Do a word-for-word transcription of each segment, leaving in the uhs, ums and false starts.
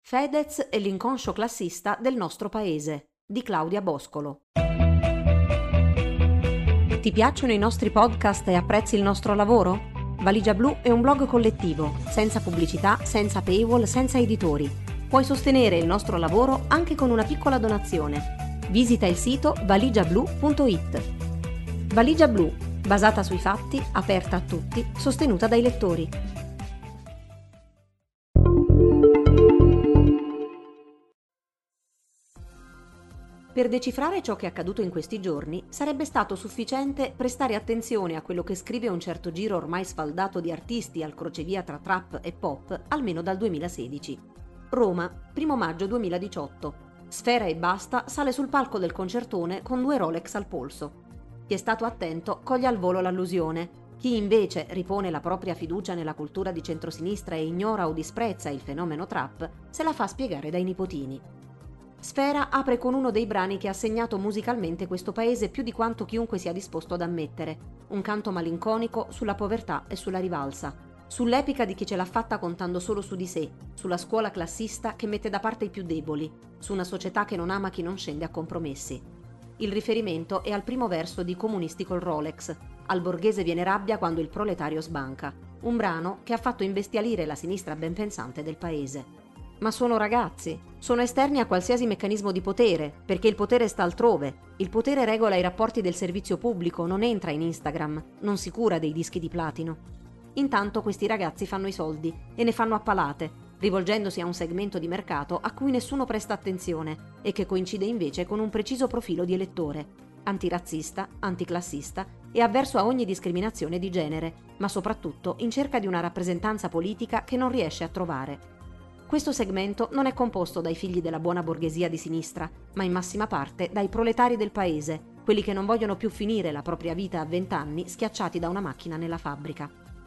Fedez e l'inconscio classista del nostro paese, di Claudia Boscolo. Ti piacciono i nostri podcast e apprezzi il nostro lavoro? Valigia Blu è un blog collettivo, senza pubblicità, senza paywall, senza editori. Puoi sostenere il nostro lavoro anche con una piccola donazione. Visita il sito valigia blu punto it. Valigia Blu, basata sui fatti, aperta a tutti, sostenuta dai lettori. Per decifrare ciò che è accaduto in questi giorni sarebbe stato sufficiente prestare attenzione a quello che scrive un certo giro ormai sfaldato di artisti al crocevia tra trap e pop almeno dal duemilasedici. Roma, primo maggio duemiladiciotto. Sfera Ebbasta sale sul palco del concertone con due Rolex al polso. Chi è stato attento coglie al volo l'allusione. Chi invece ripone la propria fiducia nella cultura di centrosinistra e ignora o disprezza il fenomeno trap se la fa spiegare dai nipotini. Sfera apre con uno dei brani che ha segnato musicalmente questo paese più di quanto chiunque sia disposto ad ammettere, un canto malinconico sulla povertà e sulla rivalsa, sull'epica di chi ce l'ha fatta contando solo su di sé, sulla scuola classista che mette da parte i più deboli, su una società che non ama chi non scende a compromessi. Il riferimento è al primo verso di Comunisti col Rolex, al borghese viene rabbia quando il proletario sbanca, un brano che ha fatto imbestialire la sinistra ben pensante del paese. Ma sono ragazzi, sono esterni a qualsiasi meccanismo di potere, perché il potere sta altrove. Il potere regola i rapporti del servizio pubblico, non entra in Instagram, non si cura dei dischi di platino. Intanto questi ragazzi fanno i soldi e ne fanno a palate, rivolgendosi a un segmento di mercato a cui nessuno presta attenzione e che coincide invece con un preciso profilo di elettore, antirazzista, anticlassista e avverso a ogni discriminazione di genere, ma soprattutto in cerca di una rappresentanza politica che non riesce a trovare. Questo segmento non è composto dai figli della buona borghesia di sinistra, ma in massima parte dai proletari del paese, quelli che non vogliono più finire la propria vita a vent'anni schiacciati da una macchina nella fabbrica.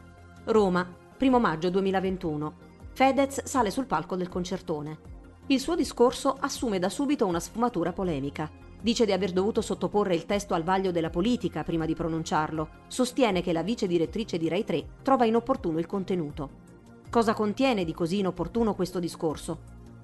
Roma, primo maggio duemilaventuno. Fedez sale sul palco del concertone. Il suo discorso assume da subito una sfumatura polemica. Dice di aver dovuto sottoporre il testo al vaglio della politica prima di pronunciarlo. Sostiene che la vice direttrice di Rai tre trova inopportuno il contenuto. Cosa contiene di così inopportuno questo discorso?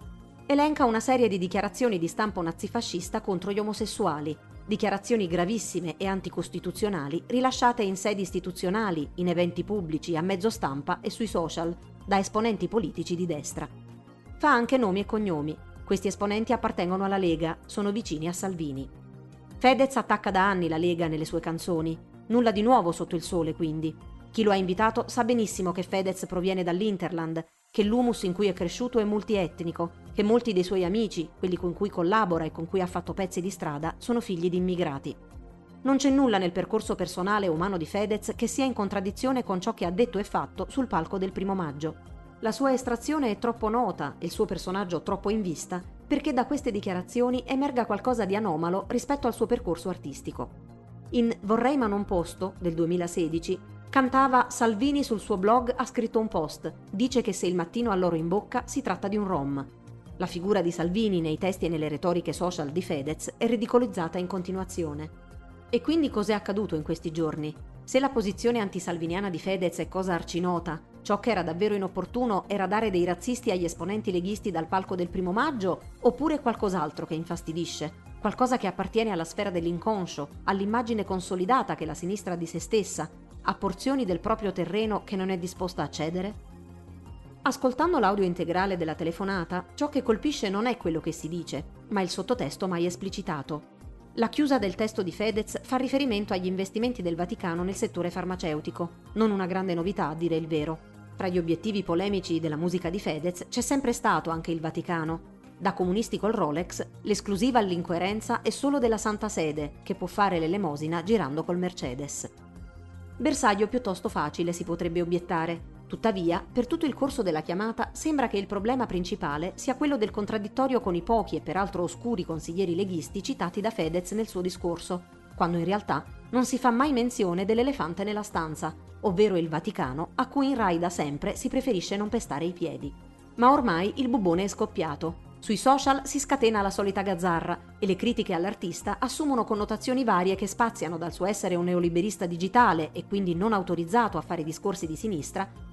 Elenca una serie di dichiarazioni di stampo nazifascista contro gli omosessuali, dichiarazioni gravissime e anticostituzionali rilasciate in sedi istituzionali, in eventi pubblici, a mezzo stampa e sui social, da esponenti politici di destra. Fa anche nomi e cognomi. Questi esponenti appartengono alla Lega, sono vicini a Salvini. Fedez attacca da anni la Lega nelle sue canzoni. Nulla di nuovo sotto il sole, quindi. Chi lo ha invitato sa benissimo che Fedez proviene dall'Interland, che l'humus in cui è cresciuto è multietnico, che molti dei suoi amici, quelli con cui collabora e con cui ha fatto pezzi di strada, sono figli di immigrati. Non c'è nulla nel percorso personale e umano di Fedez che sia in contraddizione con ciò che ha detto e fatto sul palco del primo maggio. La sua estrazione è troppo nota e il suo personaggio troppo in vista perché da queste dichiarazioni emerga qualcosa di anomalo rispetto al suo percorso artistico. In Vorrei ma non posto, del duemilasedici, cantava Salvini sul suo blog ha scritto un post, dice che se il mattino ha l'oro in bocca si tratta di un rom. La figura di Salvini nei testi e nelle retoriche social di Fedez è ridicolizzata in continuazione. E quindi cos'è accaduto in questi giorni? Se la posizione antisalviniana di Fedez è cosa arcinota, ciò che era davvero inopportuno era dare dei razzisti agli esponenti leghisti dal palco del primo maggio, oppure qualcos'altro che infastidisce? Qualcosa che appartiene alla sfera dell'inconscio, all'immagine consolidata che la sinistra ha di se stessa, a porzioni del proprio terreno che non è disposta a cedere? Ascoltando l'audio integrale della telefonata, ciò che colpisce non è quello che si dice, ma il sottotesto mai esplicitato. La chiusa del testo di Fedez fa riferimento agli investimenti del Vaticano nel settore farmaceutico, non una grande novità a dire il vero. Tra gli obiettivi polemici della musica di Fedez c'è sempre stato anche il Vaticano. Da Comunisti col Rolex, l'esclusiva all'incoerenza è solo della Santa Sede, che può fare l'elemosina girando col Mercedes. Bersaglio piuttosto facile, si potrebbe obiettare. Tuttavia, per tutto il corso della chiamata sembra che il problema principale sia quello del contraddittorio con i pochi e peraltro oscuri consiglieri leghisti citati da Fedez nel suo discorso, quando in realtà non si fa mai menzione dell'elefante nella stanza, ovvero il Vaticano, a cui in Rai da sempre si preferisce non pestare i piedi. Ma ormai il bubbone è scoppiato. Sui social si scatena la solita gazzarra e le critiche all'artista assumono connotazioni varie che spaziano dal suo essere un neoliberista digitale e quindi non autorizzato a fare discorsi di sinistra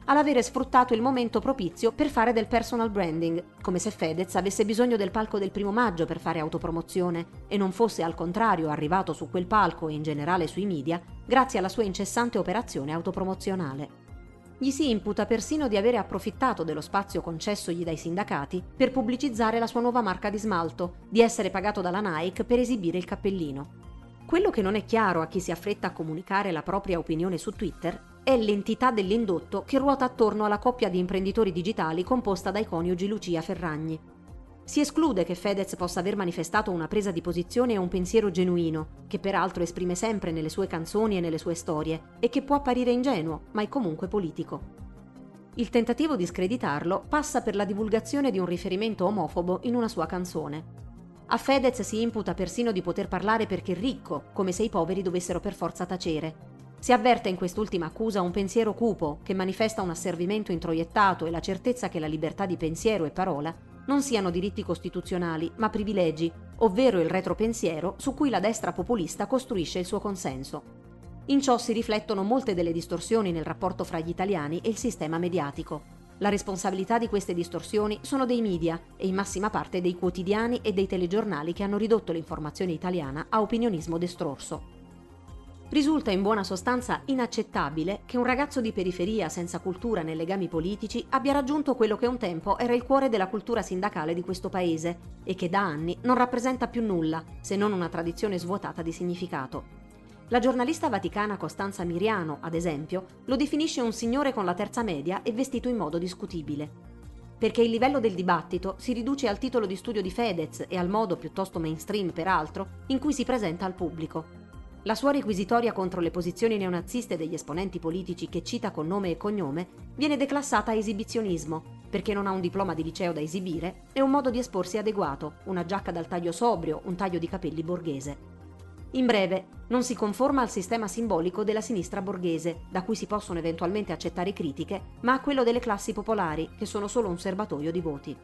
all'avere sfruttato il momento propizio per fare del personal branding, come se Fedez avesse bisogno del palco del primo maggio per fare autopromozione e non fosse al contrario arrivato su quel palco e in generale sui media grazie alla sua incessante operazione autopromozionale. Gli si imputa persino di avere approfittato dello spazio concessogli dai sindacati per pubblicizzare la sua nuova marca di smalto, di essere pagato dalla Nike per esibire il cappellino. Quello che non è chiaro a chi si affretta a comunicare la propria opinione su Twitter è l'entità dell'indotto che ruota attorno alla coppia di imprenditori digitali composta dai coniugi Lucia Ferragni. Si esclude che Fedez possa aver manifestato una presa di posizione e un pensiero genuino, che peraltro esprime sempre nelle sue canzoni e nelle sue storie, e che può apparire ingenuo, ma è comunque politico. Il tentativo di screditarlo passa per la divulgazione di un riferimento omofobo in una sua canzone. A Fedez si imputa persino di poter parlare perché è ricco, come se i poveri dovessero per forza tacere. Si avverte in quest'ultima accusa un pensiero cupo che manifesta un asservimento introiettato e la certezza che la libertà di pensiero e parola non siano diritti costituzionali, ma privilegi, ovvero il retropensiero su cui la destra populista costruisce il suo consenso. In ciò si riflettono molte delle distorsioni nel rapporto fra gli italiani e il sistema mediatico. La responsabilità di queste distorsioni sono dei media e in massima parte dei quotidiani e dei telegiornali che hanno ridotto l'informazione italiana a opinionismo destrorso. Risulta in buona sostanza inaccettabile che un ragazzo di periferia senza cultura né legami politici abbia raggiunto quello che un tempo era il cuore della cultura sindacale di questo paese e che da anni non rappresenta più nulla, se non una tradizione svuotata di significato. La giornalista vaticana Costanza Miriano, ad esempio, lo definisce un signore con la terza media e vestito in modo discutibile. Perché il livello del dibattito si riduce al titolo di studio di Fedez e al modo, piuttosto mainstream peraltro, in cui si presenta al pubblico. La sua requisitoria contro le posizioni neonaziste degli esponenti politici che cita con nome e cognome viene declassata a esibizionismo, perché non ha un diploma di liceo da esibire e un modo di esporsi adeguato, una giacca dal taglio sobrio, un taglio di capelli borghese. In breve, non si conforma al sistema simbolico della sinistra borghese, da cui si possono eventualmente accettare critiche, ma a quello delle classi popolari, che sono solo un serbatoio di voti.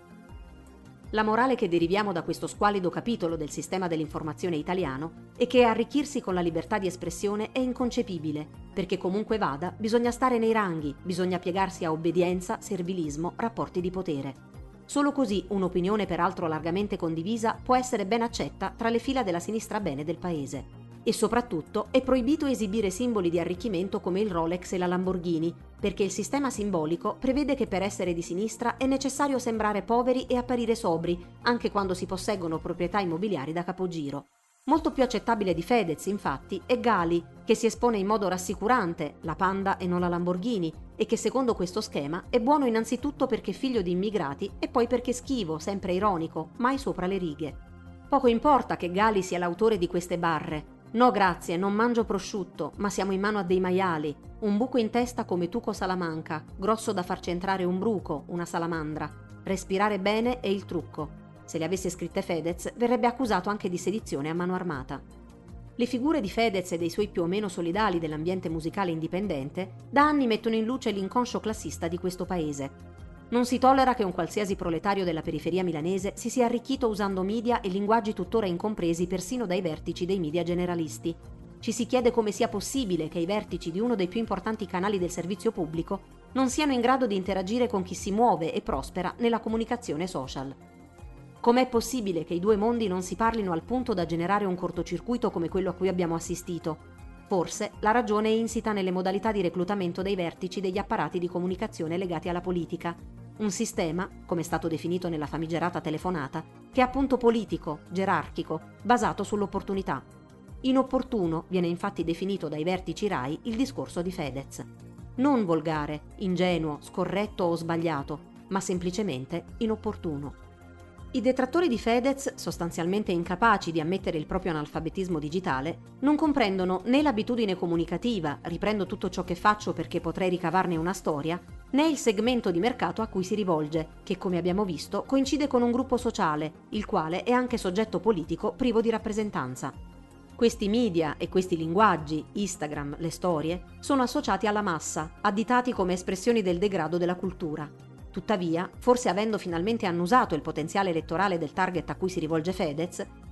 La morale che deriviamo da questo squallido capitolo del sistema dell'informazione italiano è che arricchirsi con la libertà di espressione è inconcepibile, perché comunque vada bisogna stare nei ranghi, bisogna piegarsi a obbedienza, servilismo, rapporti di potere. Solo così un'opinione peraltro largamente condivisa può essere ben accetta tra le fila della sinistra bene del paese. E soprattutto è proibito esibire simboli di arricchimento come il Rolex e la Lamborghini, perché il sistema simbolico prevede che per essere di sinistra è necessario sembrare poveri e apparire sobri, anche quando si posseggono proprietà immobiliari da capogiro. Molto più accettabile di Fedez, infatti, è Gali, che si espone in modo rassicurante, la Panda e non la Lamborghini, e che secondo questo schema è buono innanzitutto perché figlio di immigrati e poi perché schivo, sempre ironico, mai sopra le righe. Poco importa che Gali sia l'autore di queste barre. No grazie, non mangio prosciutto, ma siamo in mano a dei maiali, un buco in testa come Tuco Salamanca, grosso da farci entrare un bruco, una salamandra. Respirare bene è il trucco. Se le avesse scritte Fedez, verrebbe accusato anche di sedizione a mano armata. Le figure di Fedez e dei suoi più o meno solidali dell'ambiente musicale indipendente da anni mettono in luce l'inconscio classista di questo paese. Non si tollera che un qualsiasi proletario della periferia milanese si sia arricchito usando media e linguaggi tuttora incompresi persino dai vertici dei media generalisti. Ci si chiede come sia possibile che i vertici di uno dei più importanti canali del servizio pubblico non siano in grado di interagire con chi si muove e prospera nella comunicazione social. Com'è possibile che i due mondi non si parlino al punto da generare un cortocircuito come quello a cui abbiamo assistito? Forse la ragione è insita nelle modalità di reclutamento dei vertici degli apparati di comunicazione legati alla politica. Un sistema, come è stato definito nella famigerata telefonata, che è appunto politico, gerarchico, basato sull'opportunità. Inopportuno viene infatti definito dai vertici RAI il discorso di Fedez. Non volgare, ingenuo, scorretto o sbagliato, ma semplicemente inopportuno. I detrattori di Fedez, sostanzialmente incapaci di ammettere il proprio analfabetismo digitale, non comprendono né l'abitudine comunicativa, riprendo tutto ciò che faccio perché potrei ricavarne una storia, né il segmento di mercato a cui si rivolge, che come abbiamo visto coincide con un gruppo sociale, il quale è anche soggetto politico privo di rappresentanza. Questi media e questi linguaggi, Instagram, le storie, sono associati alla massa, additati come espressioni del degrado della cultura. Tuttavia, forse avendo finalmente annusato il potenziale elettorale del target a cui si rivolge Fedez,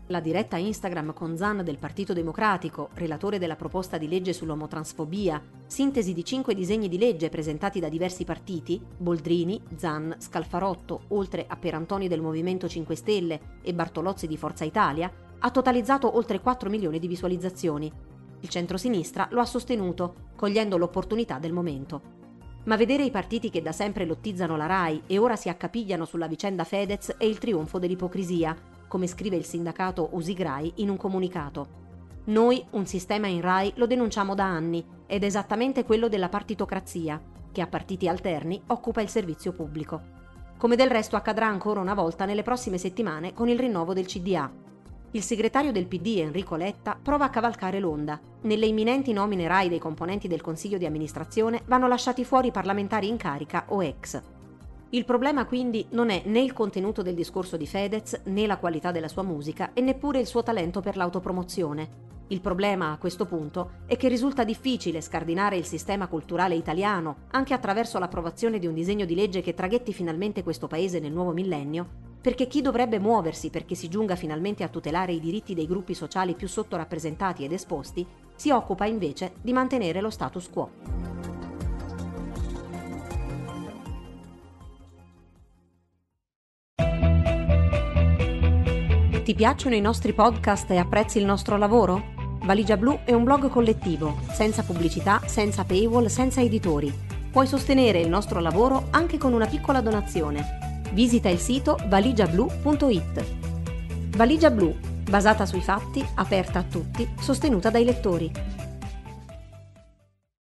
La diretta Instagram con Zan del Partito Democratico, relatore della proposta di legge sull'omotransfobia, sintesi di cinque disegni di legge presentati da diversi partiti, Boldrini, Zan, Scalfarotto, oltre a Pierantoni del Movimento cinque Stelle e Bartolozzi di Forza Italia, ha totalizzato oltre quattro milioni di visualizzazioni. Il centrosinistra lo ha sostenuto, cogliendo l'opportunità del momento. Ma vedere i partiti che da sempre lottizzano la RAI e ora si accapigliano sulla vicenda Fedez è il trionfo dell'ipocrisia, come scrive il sindacato Usigrai in un comunicato. Noi un sistema in RAI lo denunciamo da anni ed è esattamente quello della partitocrazia, che a partiti alterni occupa il servizio pubblico. Come del resto accadrà ancora una volta nelle prossime settimane con il rinnovo del C D A. Il segretario del P D Enrico Letta prova a cavalcare l'onda. Nelle imminenti nomine RAI dei componenti del consiglio di amministrazione vanno lasciati fuori parlamentari in carica o ex. Il problema quindi non è né il contenuto del discorso di Fedez, né la qualità della sua musica e neppure il suo talento per l'autopromozione. Il problema a questo punto è che risulta difficile scardinare il sistema culturale italiano anche attraverso l'approvazione di un disegno di legge che traghetti finalmente questo paese nel nuovo millennio, perché chi dovrebbe muoversi perché si giunga finalmente a tutelare i diritti dei gruppi sociali più sottorappresentati ed esposti, si occupa invece di mantenere lo status quo. Ti piacciono i nostri podcast e apprezzi il nostro lavoro? Valigia Blu è un blog collettivo, senza pubblicità, senza paywall, senza editori. Puoi sostenere il nostro lavoro anche con una piccola donazione. Visita il sito valigiablu punto it. Valigia Blu, basata sui fatti, aperta a tutti, sostenuta dai lettori.